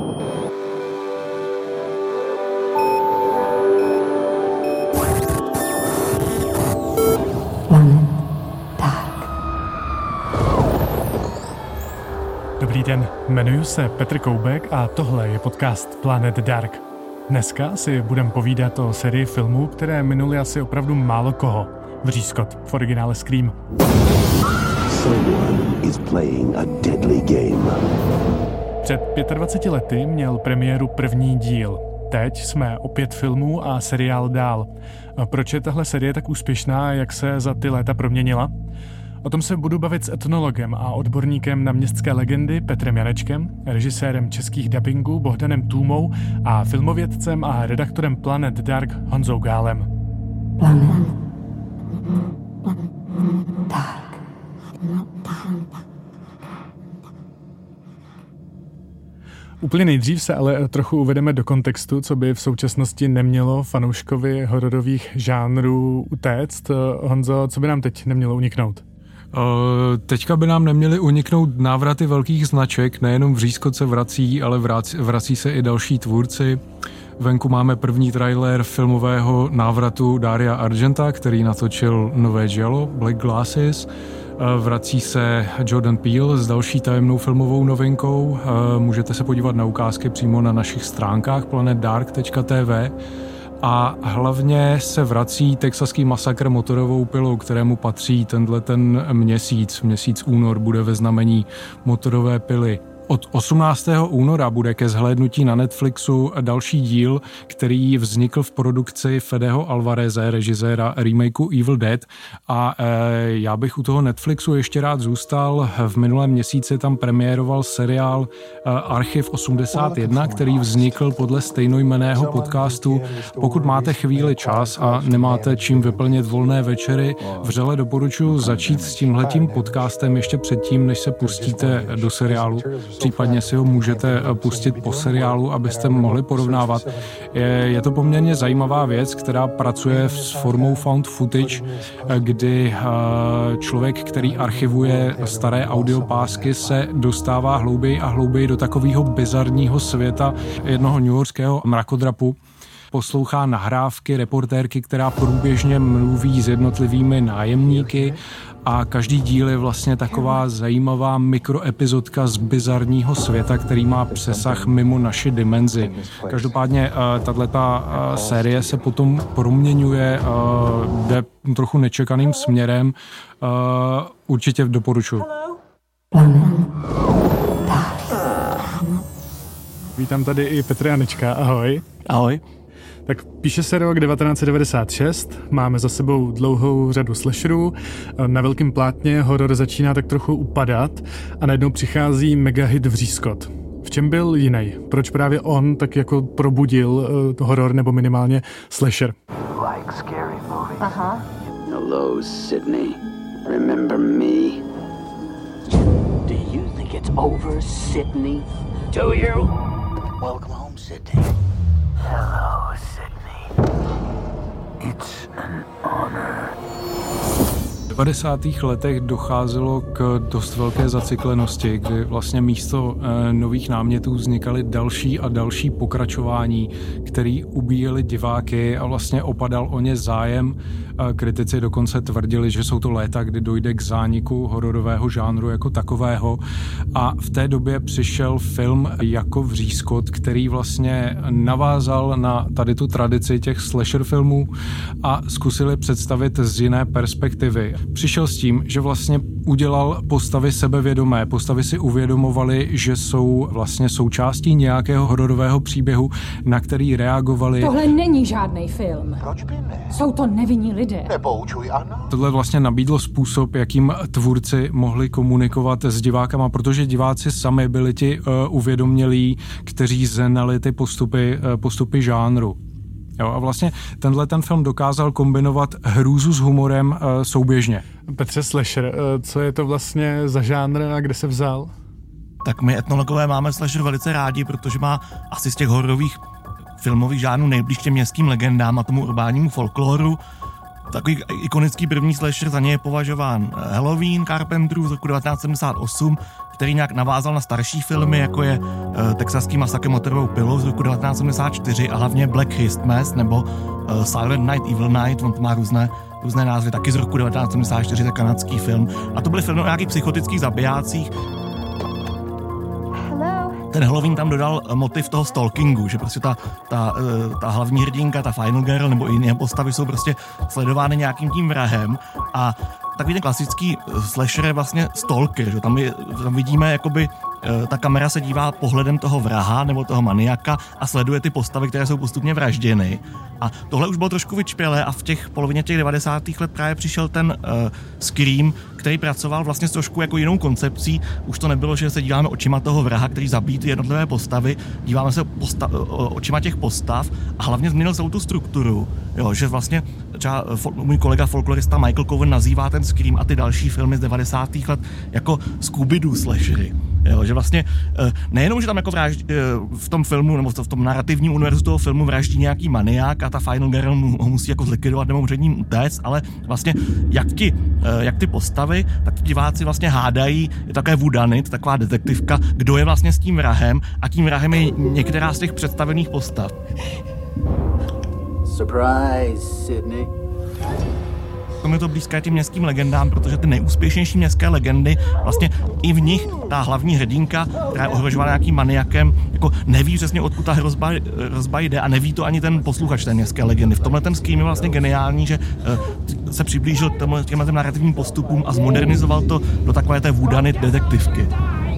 Dobrý den, jmenuji se Petr Koubek a tohle je podcast Planet Dark. Dneska si budeme povídat o sérii filmů, které minuly asi opravdu málo koho. Vřískot, v originále Scream. Someone is playing a deadly game. Před 25 lety měl premiéru první díl. Teď jsme o 5 filmů a seriál dál. A proč je tahle série tak úspěšná a jak se za ty léta proměnila? O tom se budu bavit s etnologem a odborníkem na městské legendy Petrem Janečkem, režisérem českých dabingů Bohdanem Tůmou a filmovědcem a redaktorem Planet Dark Honzou Gálem. Planet Dark. Úplně nejdřív se ale trochu uvedeme do kontextu, co by v současnosti nemělo fanouškovi hororových žánrů utéct. Honzo, co by nám teď nemělo uniknout? Teďka by nám neměly uniknout návraty velkých značek, nejenom Vřískot se vrací, ale vrací se i další tvůrci. Venku máme první trailer filmového návratu Daria Argenta, který natočil nové Giallo, Black Glasses. Vrací se Jordan Peele s další tajemnou filmovou novinkou. Můžete se podívat na ukázky přímo na našich stránkách planetdark.tv. A hlavně se vrací texaský masakr motorovou pilou, kterému patří ten měsíc únor bude ve znamení motorové pily. Od 18. února bude ke zhlédnutí na Netflixu další díl, který vznikl v produkci Fedeho Alvareze, režiséra remakeu Evil Dead. A já bych u toho Netflixu ještě rád zůstal. V minulém měsíci tam premiéroval seriál Archiv 81, který vznikl podle stejnojmenného podcastu. Pokud máte chvíli čas a nemáte čím vyplnit volné večery, vřele doporučuji začít s tímhletím podcastem ještě předtím, než se pustíte do seriálu. Případně si ho můžete pustit po seriálu, abyste mohli porovnávat. Je to poměrně zajímavá věc, která pracuje s formou found footage, kdy člověk, který archivuje staré audiopásky, se dostává hlouběji a hlouběji do takového bizarního světa jednoho newyorského mrakodrapu. Poslouchá nahrávky reportérky, která průběžně mluví s jednotlivými nájemníky a každý díl je vlastně taková zajímavá mikroepizodka z bizarního světa, který má přesah mimo naši dimenzi. Každopádně tato série se potom proměňuje, jde trochu nečekaným směrem. Určitě doporučuji. Vítám tady i Petra Janečka, ahoj. Ahoj. Tak píše se rok 1996, máme za sebou dlouhou řadu slasherů, na velkém plátně horor začíná tak trochu upadat a najednou přichází megahit Vřískot. V čem byl jiný? Proč právě on tak jako probudil horor nebo minimálně slasher? Like scary movies. Aha. Hello, Sydney. Remember me? Do you think it's over, Sydney? Do you? Welcome home, Sydney. Hello, Sydney. It's an honor. V 90. letech docházelo k dost velké zacyklenosti, kdy vlastně místo nových námětů vznikaly další a další pokračování, které ubíjely diváky a vlastně opadal o ně zájem. Kritici dokonce tvrdili, že jsou to léta, kdy dojde k zániku hororového žánru jako takového. A v té době přišel film jako Vřískot, který vlastně navázal na tady tu tradici těch slasher filmů a zkusili představit z jiné perspektivy. Přišel s tím, že vlastně udělal postavy sebevědomé. Postavy si uvědomovali, že jsou vlastně součástí nějakého hororového příběhu, na který reagovali. Tohle není žádný film. Proč by ne? Jsou to nevinní lidé. Nepoučuj, ano. Tohle vlastně nabídlo způsob, jakým tvůrci mohli komunikovat s divákama, protože diváci sami byli ti uvědomělí, kteří znali ty postupy žánru. Jo, a vlastně ten film dokázal kombinovat hrůzu s humorem souběžně. Petře, slasher, co je to vlastně za žánr a kde se vzal? Tak my etnologové máme slasher velice rádi, protože má asi z těch hororových filmových žánrů nejblíž těm městským legendám a tomu urbánnímu folkloru. Takový ikonický první slasher za ně je považován Halloween Carpenterů z roku 1978, který nějak navázal na starší filmy, jako je Texaský masakr motorovou pilou z roku 1974 a hlavně Black Christmas nebo Silent Night, Evil Night, on to má různé názvy, taky z roku 1974, to je kanadský film. A to byly filmy o nějakých psychotických zabijácích. Ten Halloween tam dodal motiv toho stalkingu, že prostě ta hlavní hrdinka, ta Final Girl nebo jiné postavy jsou prostě sledovány nějakým tím vrahem a takový ten klasický slasher je vlastně stalker, že tam vidíme jakoby ta kamera se dívá pohledem toho vraha nebo toho maniaka a sleduje ty postavy, které jsou postupně vražděny. A tohle už bylo trošku vyčpělé a v polovině těch 90. let právě přišel ten Scream, který pracoval vlastně s trošku jako jinou koncepcí. Už to nebylo, že se díváme očima toho vraha, který zabíjí ty jednotlivé postavy, díváme se očima těch postav a hlavně změnil celou tu strukturu. Jo, že vlastně třeba můj kolega folklorista Michael Cohen nazývá ten Scream a ty další filmy z 90. let jako Scooby-Doo slashery. Jo, že vlastně nejenom, že tam jako v tom filmu nebo v tom narrativním univerzu toho filmu vraždí nějaký maniák a ta Final Girl ho musí jako zlikvidovat nebo před ním utéct, ale vlastně jak ty postavy, tak ti diváci vlastně hádají, je také whodunit, taková detektivka, kdo je vlastně s tím vrahem a tím vrahem je některá z těch představených postav. Surprise, Sydney. Je to blízké těm městským legendám, protože ty nejúspěšnější městské legendy, vlastně i v nich ta hlavní hrdinka, která je ohrožována nějakým maniakem, jako neví přesně, odkud ta hrozba jde a neví to ani ten posluchač té městské legendy. V tomhle ten Scream je vlastně geniální, že se přiblížil k těmhle narrativním postupům a zmodernizoval to do takové té whodunit detektivky.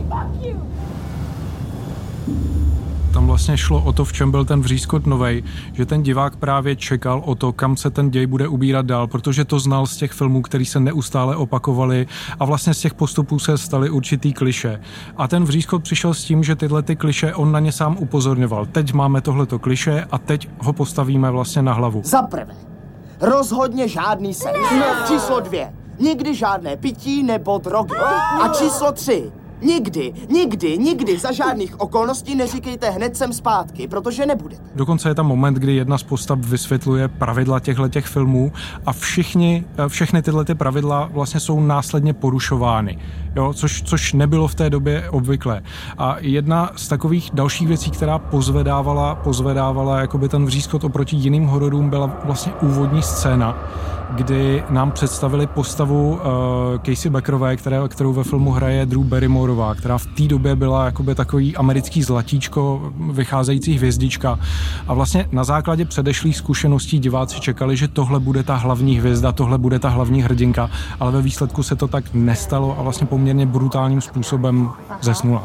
Tam vlastně šlo o to, v čem byl ten Vřískot novej, že ten divák právě čekal o to, kam se ten děj bude ubírat dál, protože to znal z těch filmů, který se neustále opakovaly a vlastně z těch postupů se staly určitý klišé. A ten Vřískot přišel s tím, že tyhle ty klišé on na ně sám upozorňoval. Teď máme tohleto klišé a teď ho postavíme vlastně na hlavu. Za prvé, rozhodně žádný sex. Číslo 2, nikdy žádné pití nebo drogy. A číslo 3, Nikdy, za žádných okolností neříkejte hned sem zpátky, protože nebudete. Dokonce je tam moment, kdy jedna z postav vysvětluje pravidla těchto filmů a všechny tyhle ty pravidla vlastně jsou následně porušovány, jo, což nebylo v té době obvyklé. A jedna z takových dalších věcí, která pozvedávala jakoby ten Vřískot oproti jiným hororům, byla vlastně úvodní scéna, kdy nám představili postavu Casey Beckerové, kterou ve filmu hraje Drew Barrymoreová, která v té době byla jakoby takový americký zlatíčko, vycházející hvězdička. A vlastně na základě předešlých zkušeností diváci čekali, že tohle bude ta hlavní hvězda, tohle bude ta hlavní hrdinka, ale ve výsledku se to tak nestalo a vlastně poměrně brutálním způsobem zesnula.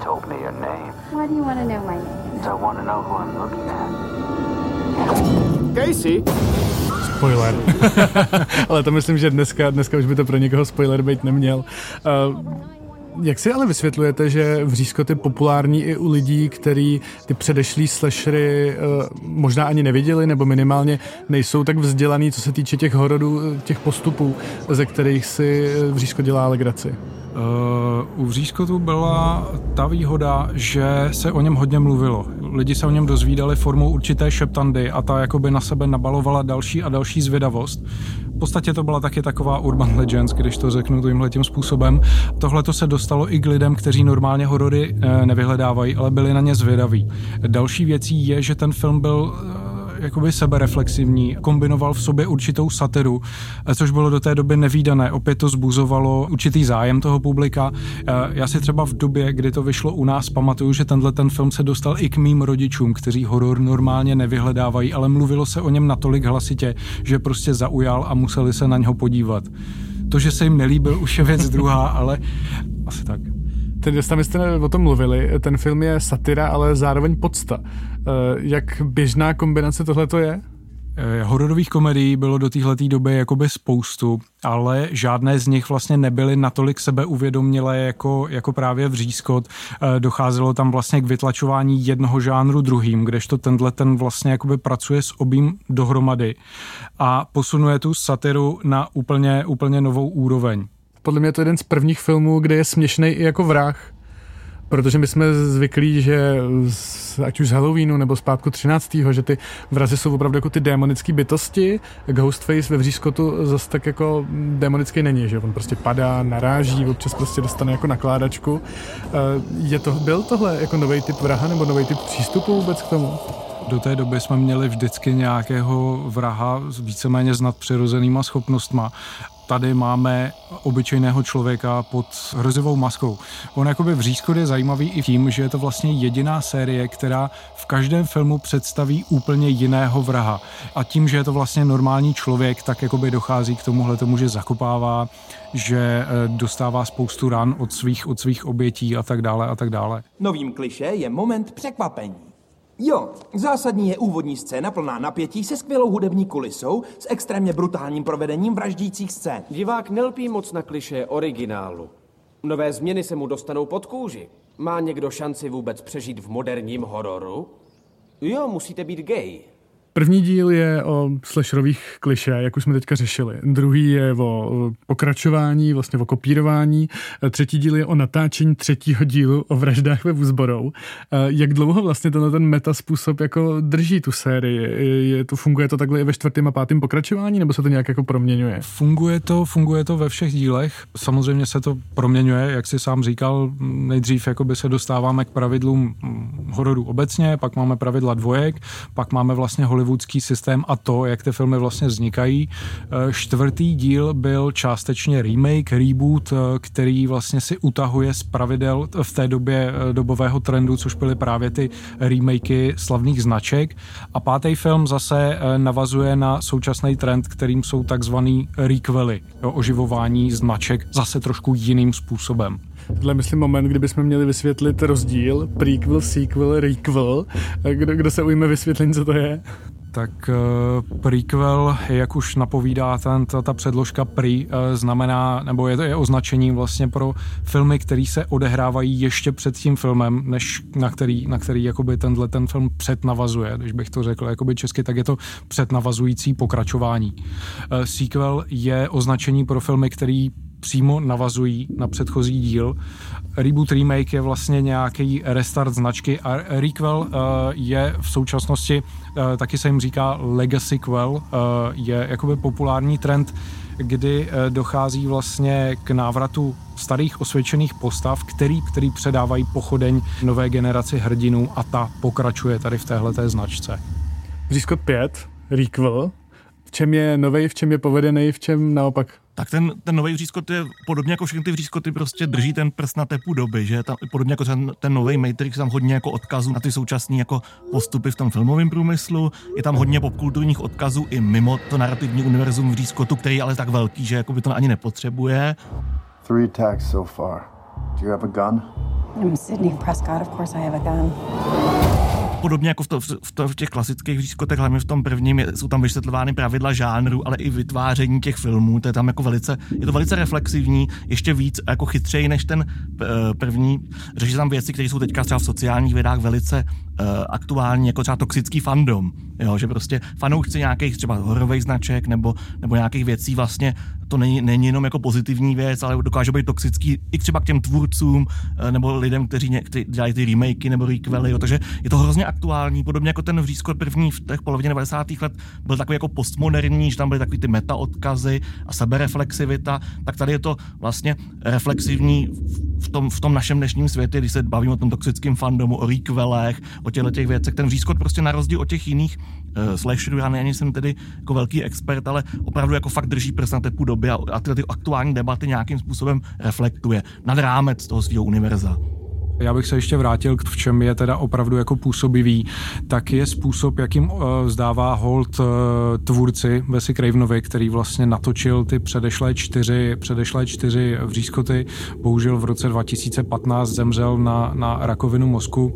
Casey? Spoiler. Ale to myslím, že dneska už by to pro někoho spoiler být neměl. Jak si ale vysvětlujete, že Vřískot je populární i u lidí, kteří ty předešlý slashery možná ani neviděli, nebo minimálně nejsou tak vzdělaný, co se týče těch hororů, těch postupů, ze kterých si Vřískot dělá legraci? U Vřískotu byla ta výhoda, že se o něm hodně mluvilo. Lidi se o něm dozvídali formou určité šeptandy a ta jakoby na sebe nabalovala další a další zvědavost. V podstatě to byla taky taková urban legends, když to řeknu tímhletím způsobem. Tohle to se dostalo i k lidem, kteří normálně horory nevyhledávají, ale byli na ně zvědaví. Další věcí je, že ten film byl jakoby sebereflexivní, kombinoval v sobě určitou satiru, což bylo do té doby nevídané. Opět to zbuzovalo určitý zájem toho publika. Já si třeba v době, kdy to vyšlo u nás, pamatuju, že ten film se dostal i k mým rodičům, kteří horor normálně nevyhledávají, ale mluvilo se o něm natolik hlasitě, že prostě zaujal a museli se na něho podívat. To, že se jim nelíbil, už je věc druhá, ale asi tak. Tam jste o tom mluvili, ten film je satira, ale zároveň podsta. Jak běžná kombinace tohleto je? Hororových komedií bylo do téhleté doby jakoby spoustu, ale žádné z nich vlastně nebyly natolik sebeuvědomělé jako právě Vřískot. Docházelo tam vlastně k vytlačování jednoho žánru druhým, kdežto ten vlastně jakoby pracuje s obým dohromady a posunuje tu satiru na úplně novou úroveň. Podle mě je to jeden z prvních filmů, kde je směšnej i jako vrah. Protože my jsme zvyklí, že ať už z Halloweenu nebo z pátku 13., že ty vrazy jsou opravdu jako ty démonické bytosti. Ghostface ve Vřízkotu zase tak jako démonický není, že on prostě padá, naráží, občas prostě dostane jako nakládačku. Byl tohle jako nový typ vraha nebo nový typ přístupu vůbec k tomu? Do té doby jsme měli vždycky nějakého vraha víceméně s nadpřirozenýma schopnostma. Tady máme obyčejného člověka pod hrozivou maskou. On jakoby Vřízkot je zajímavý i tím, že je to vlastně jediná série, která v každém filmu představí úplně jiného vraha. A tím, že je to vlastně normální člověk, tak jakoby dochází k tomu, že zakopává, že dostává spoustu ran od svých obětí a tak dále a tak dále. Novým klišé je moment překvapení. Jo, zásadní je úvodní scéna plná napětí se skvělou hudební kulisou s extrémně brutálním provedením vraždících scén. Divák nelpí moc na klišé originálu. Nové změny se mu dostanou pod kůži. Má někdo šanci vůbec přežít v moderním hororu? Jo, musíte být gay. První díl je o slasherových klišé, jak už jsme teďka řešili. Druhý je o pokračování, vlastně o kopírování. Třetí díl je o natáčení třetího dílu o vraždách ve Woodsboro. Jak dlouho vlastně ten meta způsob jako drží tu sérii? Funguje to takhle i ve 4. a 5. pokračování, nebo se to nějak jako proměňuje? Funguje to ve všech dílech. Samozřejmě se to proměňuje, jak jsi sám říkal, nejdřív jakoby se dostáváme k pravidlům hororu obecně, pak máme pravidla dvojek, pak máme vlastně hollywoodský systém a to, jak ty filmy vlastně vznikají. 4. díl byl částečně remake, reboot, který vlastně si utahuje z pravidel v té době dobového trendu, což byly právě ty remakey slavných značek. A 5. film zase navazuje na současný trend, kterým jsou takzvaný requely, oživování značek zase trošku jiným způsobem. Tohle myslím moment, kdybychom měli vysvětlit rozdíl prequel, sequel, requel. Kdo se ujme vysvětlení, co to je? Tak prequel, jak už napovídá ta předložka pre, znamená, nebo je označením vlastně pro filmy, které se odehrávají ještě před tím filmem, než na který jakoby ten film přednavazuje. Když bych to řekl jakoby česky, tak je to přednavazující pokračování. Sequel je označení pro filmy, který přímo navazují na předchozí díl. Reboot, remake je vlastně nějaký restart značky a requel je v současnosti, taky se jim říká legacyquel, je jakoby populární trend, kdy dochází vlastně k návratu starých osvědčených postav, který předávají pochodeň nové generaci hrdinů a ta pokračuje tady v téhleté značce. Vřízkot 5, requel. V čem je novej, v čem je povedený, v čem naopak? Tak ten nový Vřízkot je podobně jako všechny ty Vřízkoty prostě drží ten prst na tepu doby, že tam podobně jako ten nový Matrix, tam hodně jako odkazů na ty současné jako postupy v tom filmovém průmyslu, je tam hodně popkulturních odkazů i mimo to narrativní univerzum Vřízkotu, který je ale tak velký, že jako by to ani nepotřebuje. 3 attacks so far. Do you have a gun? I'm Sydney Prescott, of course I have a gun. Podobně jako v těch klasických Vřízkotech, hlavně v tom prvním, jsou tam vysvětlovány pravidla žánru, ale i vytváření těch filmů, to je tam jako je to velice reflexivní, ještě víc jako chytřeji než ten první. Řeší tam věci, které jsou teďka třeba v sociálních vědách velice aktuální, jako třeba toxický fandom, jo, že prostě fanoušci nějakých třeba hororových značek nebo nějakých věcí vlastně to není jenom jako pozitivní věc, ale dokáže být toxický i třeba k těm tvůrcům nebo lidem, kteří dělají ty remakey nebo requely, jo, takže je to hrozně aktuální, podobně jako ten Vřízkot první v těch polovině 90. let byl takový jako postmoderní, že tam byly takový ty meta odkazy a sebereflexivita, tak tady je to vlastně reflexivní v tom našem dnešním světě, když se bavíme o tom toxickém fandomu, o requelech, o těch věcech. Ten Vřízkot prostě na rozdíl od těch jiných slasherů, já nejsem tedy jako velký expert, ale opravdu jako fakt drží prst na tepu doby a ty aktuální debaty nějakým způsobem reflektuje nad rámec toho svého univerza. Já bych se ještě vrátil, v čem je teda opravdu jako působivý, tak je způsob, jakým vzdává hold tvůrci Wesi Cravenovi, který vlastně natočil ty předešlé čtyři Vřízkoty. Bohužel v roce 2015 zemřel na rakovinu mozku.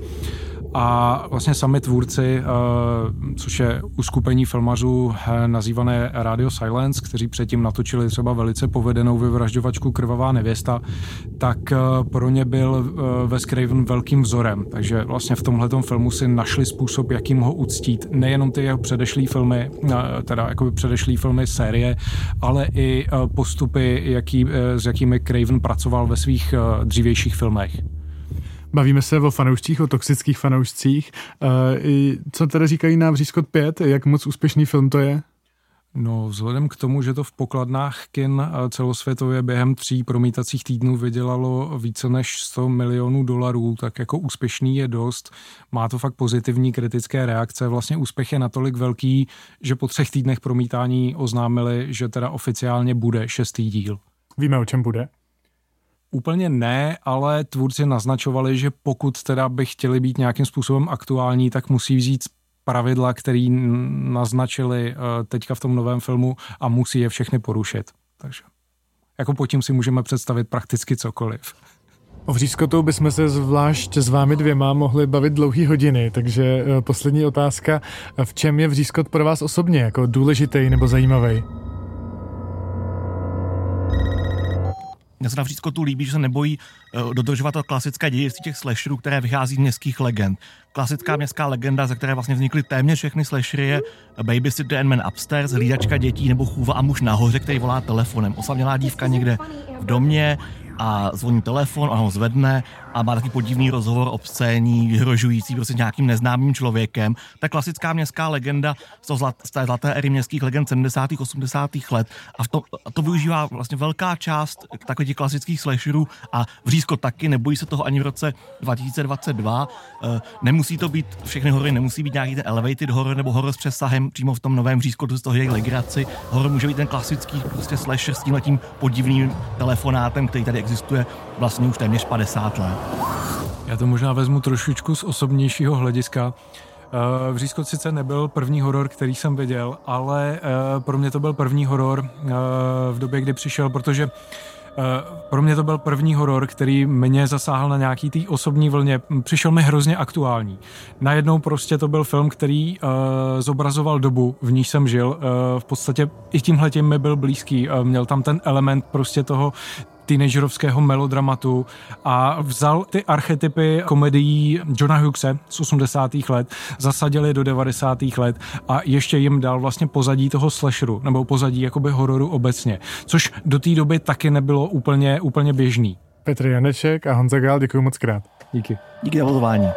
A vlastně sami tvůrci, což je uskupení filmařů nazývané Radio Silence, kteří předtím natočili třeba velice povedenou vyvražďovačku Krvavá nevěsta, tak pro ně byl Wes Craven velkým vzorem. Takže vlastně v tomhletom filmu si našli způsob, jakým ho uctít. Nejenom ty jeho předešlý filmy, teda jakoby předešlý filmy série, ale i postupy, s jakými Craven pracoval ve svých dřívějších filmech. Bavíme se o fanoušcích, o toxických fanoušcích. Co teda říkají na Vřízkot 5? Jak moc úspěšný film to je? No, vzhledem k tomu, že to v pokladnách kin celosvětově během 3 promítacích týdnů vydělalo více než $100 milionů, tak jako úspěšný je dost. Má to fakt pozitivní kritické reakce. Vlastně úspěch je natolik velký, že po 3 týdnech promítání oznámili, že teda oficiálně bude 6. díl. Víme, o čem bude? Úplně ne, ale tvůrci naznačovali, že pokud teda by chtěli být nějakým způsobem aktuální, tak musí vzít pravidla, který naznačili teďka v tom novém filmu a musí je všechny porušit. Takže jako pod tím si můžeme představit prakticky cokoliv. O Vřízkotu bychom se zvlášť s vámi dvěma mohli bavit dlouhý hodiny, takže poslední otázka. V čem je Vřízkot pro vás osobně jako důležitý nebo zajímavý? Mně se na Vřízkotu líbí, že se nebojí dodržovat to klasické dějství těch slasherů, které vychází z městských legend. Klasická městská legenda, ze které vlastně vznikly téměř všechny slashery, je Babysitter and Man Upstairs, hlídačka dětí nebo chůva a muž nahoře, který volá telefonem. Osamělá dívka někde v domě a zvoní telefon, on ho zvedne a má taky podivný rozhovor obscénní, vyhrožující prostě nějakým neznámým člověkem. Ta klasická městská legenda z té zlaté éry městských legend 70. 80. let a to využívá vlastně velká část takových klasických slasherů a Vřízkot taky, nebojí se toho ani v roce 2022. Nemusí to být, všechny horory nemusí být nějaký ten elevated horror nebo horor s přesahem, přímo v tom novém Vřízkotu z toho dělají legraci. Horor může být ten klasický prostě slasher s tímhletím podivným telefonátem, který tady existuje vlastně už téměř 50 let. Já to možná vezmu trošičku z osobnějšího hlediska. Vřízkot sice nebyl první horor, který jsem viděl, ale pro mě to byl první horor v době, kdy přišel, protože pro mě to byl první horor, který mě zasáhl na nějaký té osobní vlně. Přišel mi hrozně aktuální. Najednou prostě to byl film, který zobrazoval dobu, v níž jsem žil. V podstatě i tímhletím mi byl blízký. Měl tam ten element prostě toho teenagerovského melodramatu a vzal ty archetypy komedií Johna Hughese z 80. let, zasadili do 90. let a ještě jim dal vlastně pozadí toho slasheru, nebo pozadí jakoby hororu obecně, což do té doby taky nebylo úplně běžný. Petr Janeček a Honza Gál, děkuji moc krát. Díky. Díky za pozvání.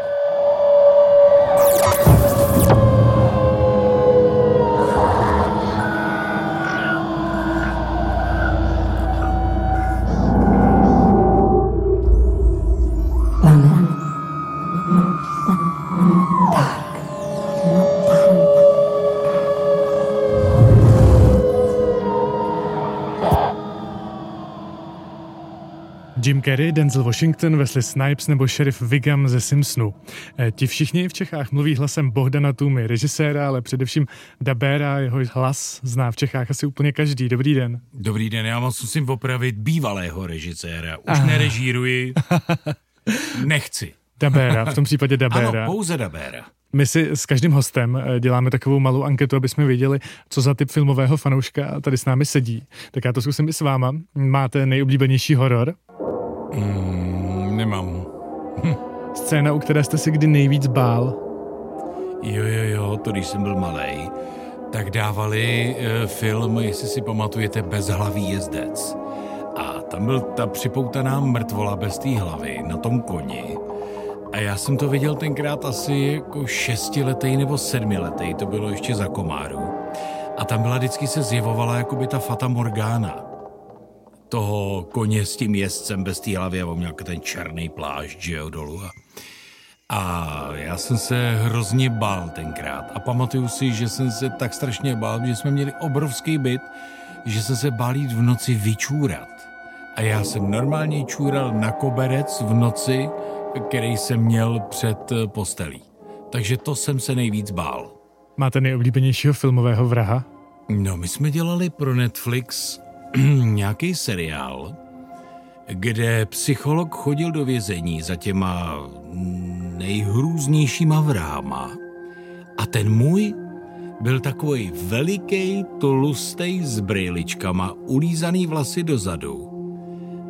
Jim Carrey, Denzel Washington, Wesley Snipes nebo šerif Wiggum ze Simpsonů. Ti všichni v Čechách mluví hlasem Bohdana Tůmy, režiséra, ale především dabéra, jeho hlas zná v Čechách asi úplně každý. Dobrý den. Dobrý den, já vás musím opravit bývalého režiséra. Už nerežíruji, nechci. Dabéra, v tom případě dabéra. Ano, pouze dabéra. My si s každým hostem děláme takovou malou anketu, aby jsme věděli, co za typ filmového fanouška tady s námi sedí. Tak já to zkusím i s váma. Máte nejoblíbenější horor? Nemám. Scéna, u které jste si kdy nejvíc bál? Jo, to když jsem byl malej, tak dávali film, jestli si pamatujete, Bezhlavý jezdec. A tam byl ta připoutaná mrtvola bez té hlavy na tom koni. A já jsem to viděl tenkrát asi jako 6letý nebo 7letý, to bylo ještě za komáru. A tam byla vždycky se zjevovala jakoby ta Fata Morgana toho koně s tím jezdcem bez té hlavy a on měl ten černý plášť, že jo, dolů. A já jsem se hrozně bál tenkrát a pamatuju si, že jsem se tak strašně bál, že jsme měli obrovský byt, že jsem se bál jít v noci vyčůrat. A já jsem normálně čůral na koberec v noci, který jsem měl před postelí. Takže to jsem se nejvíc bál. Máte nejoblíbenějšího filmového vraha? No, my jsme dělali pro Netflix nějaký seriál, kde psycholog chodil do vězení za těma nejhrůznějšíma vrahama. A ten můj byl takový veliký, tlustej s brýličkama, ulízaný vlasy dozadu.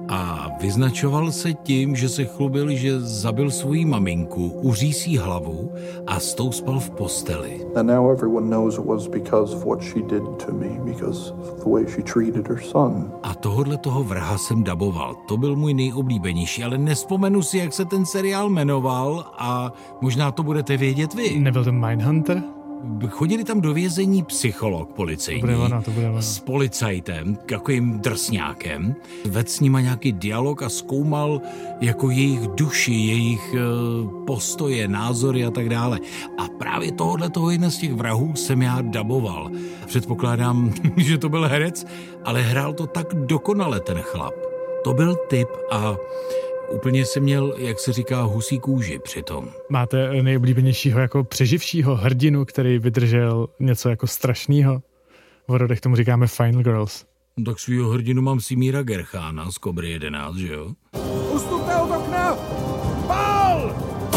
a vyznačoval se tím, že se chlubil, že zabil svoji maminku, uřízí hlavu a s tou spal v posteli. And now everyone knows it was because of what she did to me, because of the way she treated her son. A toho vraha jsem daboval. To byl můj nejoblíbenější, ale nespomenu si, jak se ten seriál jmenoval a možná to budete vědět vy. Nebyl to Mindhunter? Chodili tam do vězení psycholog policejní to bude ono. S policajtem, takovým drsňákem. Vedl s nima nějaký dialog a zkoumal jako jejich duši, jejich postoje, názory a tak dále. A právě toho jedna z těch vrahů jsem já daboval. Předpokládám, že to byl herec, ale hrál to tak dokonale ten chlap. To byl typ a úplně jsem měl, jak se říká, husí kůži přitom. Máte nejoblíbenějšího jako přeživšího hrdinu, který vydržel něco jako strašného? V hororech tomu říkáme Final Girls. No, tak svýho hrdinu mám Simíra Gerchána z Kobry 11, že jo? Ustupte od okna! Pál!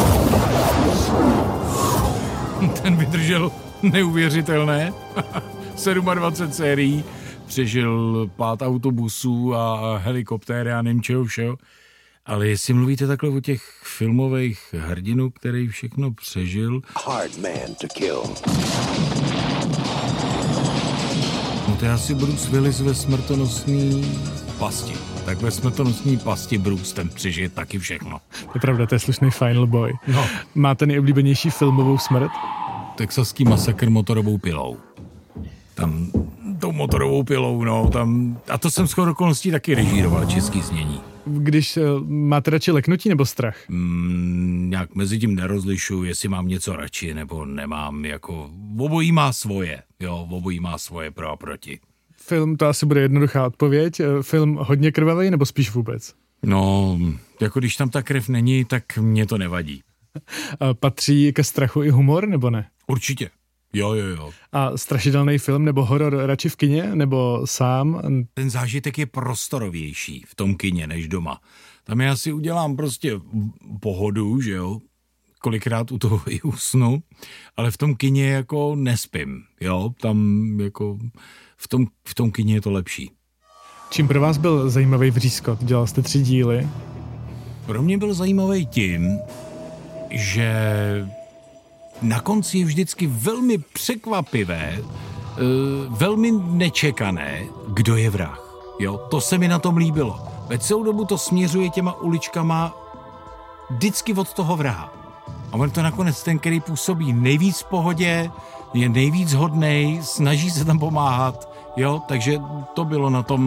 Ten vydržel neuvěřitelné. 27 sérií, přežil 5 autobusů a helikoptéry a nevím čeho všeho. Ale jestli mluvíte takhle o těch filmových hrdinů, který všechno přežil... Hard man to kill. No to je asi Bruce Willis ve smrtonosné pasti. Tak ve smrtonosné pasti Bruce, ten přežije taky všechno. To je pravda, to je slušný Final Boy. No. Máte nejoblíbenější filmovou smrt? Texaský masakr motorovou pilou. Tam tou motorovou pilou, no, tam... A to jsem shodou okolností taky režíroval, český znění. Když máte radši leknutí nebo strach? Nějak mezi tím nerozlišuju, jestli mám něco radši nebo nemám, jako... Obojí má svoje, jo, obojí má svoje pro a proti. Film, to asi bude jednoduchá odpověď. Film hodně krvavý nebo spíš vůbec? No, jako když tam ta krev není, tak mě to nevadí. Patří ke strachu i humor, nebo ne? Určitě. Jo. A strašidelný film nebo horor radši v kině, nebo sám? Ten zážitek je prostorovější v tom kině než doma. Tam já si udělám prostě pohodu, že jo, kolikrát u toho i usnu, ale v tom kině jako nespím, jo, tam jako v tom kině je to lepší. Čím pro vás byl zajímavý Vřískot? Dělal jste 3 díly. Pro mě byl zajímavý tím, že na konci je vždycky velmi překvapivé, velmi nečekané, kdo je vrah. Jo, to se mi na tom líbilo. Ve celou dobu to směřuje těma uličkama vždycky od toho vraha. A on to nakonec ten, který působí nejvíc v pohodě, je nejvíc hodnej, snaží se tam pomáhat, jo, takže to bylo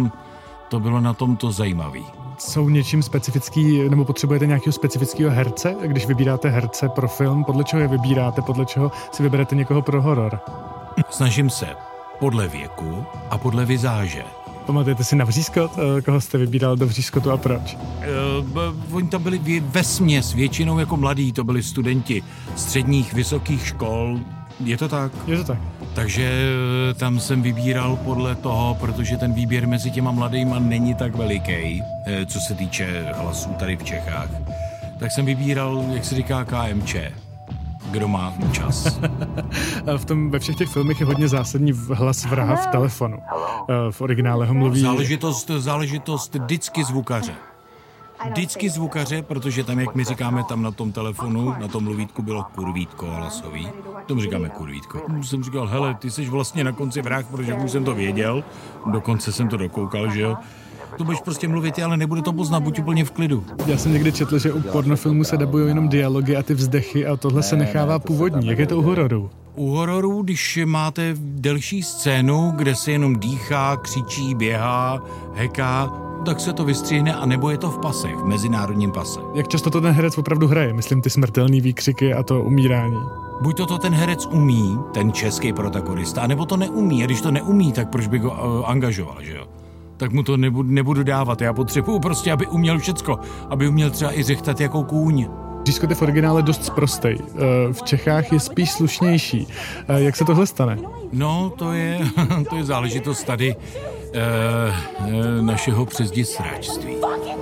na tom to zajímavý. Jsou něčím specifický, nebo potřebujete nějakého specifického herce? Když vybíráte herce pro film, podle čeho je vybíráte, podle čeho si vyberete někoho pro horor? Snažím se podle věku a podle vizáže. Pamatujete si na Vřískot? Koho jste vybíral do Vřískotu a proč? Oni tam byli vesměs, většinou jako mladí, to byli studenti středních, vysokých škol. Je to tak? Je to tak. Takže tam jsem vybíral podle toho, protože ten výběr mezi těma mladýma není tak veliký, co se týče hlasů tady v Čechách. Tak jsem vybíral, jak se říká, KMČ. Kdo má čas. Ve všech těch filmech je hodně zásadní hlas vraha v telefonu. V originále ho mluví... Záležitost vždycky zvukaře. Vždycky zvukaře, protože tam, jak my říkáme, tam na tom telefonu, na tom mluvítku bylo kurvítko hlasový. Tomu říkáme kurvítko. Jsem říkal, hele, ty jsi vlastně na konci vrah, protože už jsem to věděl, dokonce jsem to dokoukal, že jo. To budeš prostě mluvit, ale nebude to poznat, buď úplně v klidu. Já jsem někdy četl, že u pornofilmu se dabují jenom dialogy a ty vzdechy a tohle se nechává původní. Jak je to u hororů? U hororů, když máte delší scénu, kde se jenom dýchá, křičí, běhá, heká, tak se to vystřihne a nebo je to v pasech, v mezinárodním pase. Jak často to ten herec opravdu hraje? Myslím ty smrtelný výkřiky a to umírání. Buď to ten herec umí, ten český protagonista, anebo to neumí. A když to neumí, tak proč by ho angažoval, že jo? Tak mu to nebudu dávat. Já potřebuju prostě, aby uměl všecko. Aby uměl třeba i řechtat jako kůň. Vřískot je v originále dost sprostej. V Čechách je spíš slušnější. Jak se tohle stane? No, to je záležitost tady našeho přezděsráčství.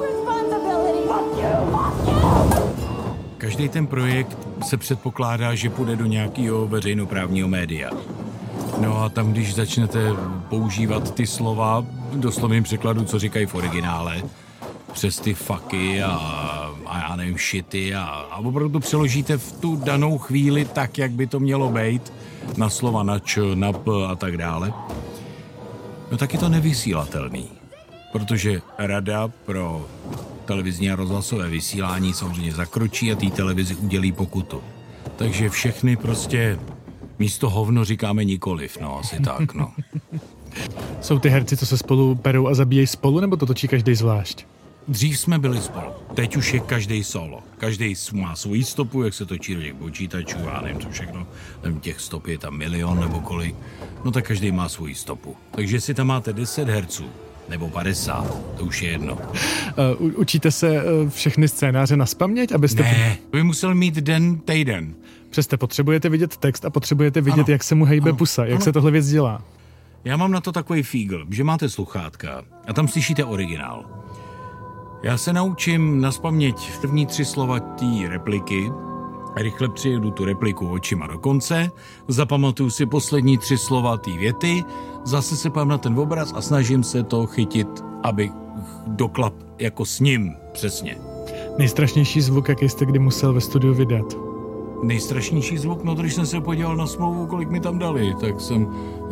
Každý ten projekt se předpokládá, že půjde do nějakého veřejnoprávního média. No a tam, když začnete používat ty slova, doslovným překladu, co říkají v originále, přes ty fucky a já nevím, shity a opravdu přeložíte v tu danou chvíli tak, jak by to mělo být, na slova na č, na p a tak dále, no tak je to nevysílatelný, protože Rada pro televizní a rozhlasové vysílání samozřejmě zakročí a té televizi udělí pokutu. Takže všechny prostě místo hovno říkáme nikoliv, no asi tak, no. Jsou ty herci, co se spolu perou a zabíjejí spolu, nebo to točí každý zvlášť? Dřív jsme byli spolu, teď už je každý solo. Každý má svou stopu, jak se točí do těch počítačů, já nevím co všechno, nevím, těch stop je tam 1 000 000 nebo kolik, no tak každý má svou stopu. Takže jestli tam máte 10 herců, nebo 50, to už je jedno. Učíte se všechny scénáře nazpaměť, abyste... Ne, by musel mít den, týden. Přesto potřebujete vidět text a potřebujete vidět, jak se mu hejbe pusa, jak se tohle věc dělá. Já mám na to takový fígl, že máte sluchátka a tam slyšíte originál. Já se naučím nazpaměť první 3 slova té repliky, rychle přijedu tu repliku očima do konce, zapamatuju si poslední 3 slova té věty, zase se pám na ten obraz a snažím se to chytit, aby doklap jako s ním přesně. Nejstrašnější zvuk, jaký jste kdy musel ve studiu vydat? Nejstrašnější zvuk? No, když jsem se podíval na smlouvu, kolik mi tam dali, tak jsem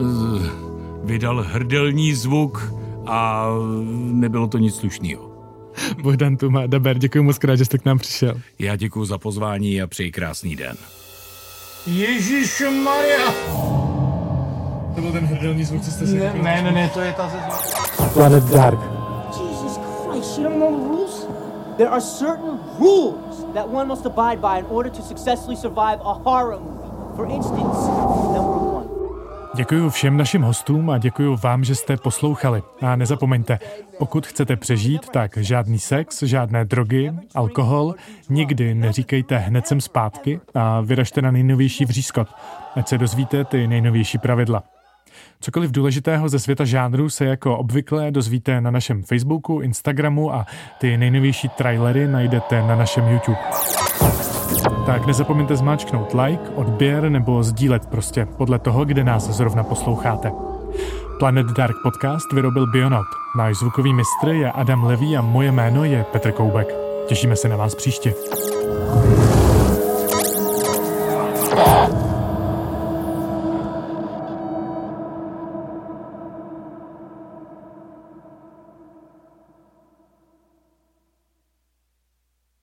vydal hrdelní zvuk a nebylo to nic slušného. Bohdan Tuma, Daber, děkuji moc krát, že jste k nám přišel. Já děkuji za pozvání a přeji krásný den. Ježišmarja! To byl ten hrdelní zvuk, co jste si říkal? Ne, to je ta Planet Dark. Jesus Christ, you don't know the rules? There are certain rules that one must abide by in order to successfully survive a horror movie. For instance, number 1. Děkuji všem našim hostům a děkuji vám, že jste poslouchali. A nezapomeňte, pokud chcete přežít, tak žádný sex, žádné drogy, alkohol, nikdy neříkejte hned sem zpátky a vyražte na nejnovější vřízkot, ať se dozvíte ty nejnovější pravidla. Cokoliv důležitého ze světa žánru se jako obvykle dozvíte na našem Facebooku, Instagramu a ty nejnovější trailery najdete na našem YouTube. Tak nezapomeňte zmáčknout like, odběr nebo sdílet prostě podle toho, kde nás zrovna posloucháte. Planet Dark podcast vyrobil Bionaut. Náš zvukový mistr je Adam Levý a moje jméno je Petr Koubek. Těšíme se na vás příště.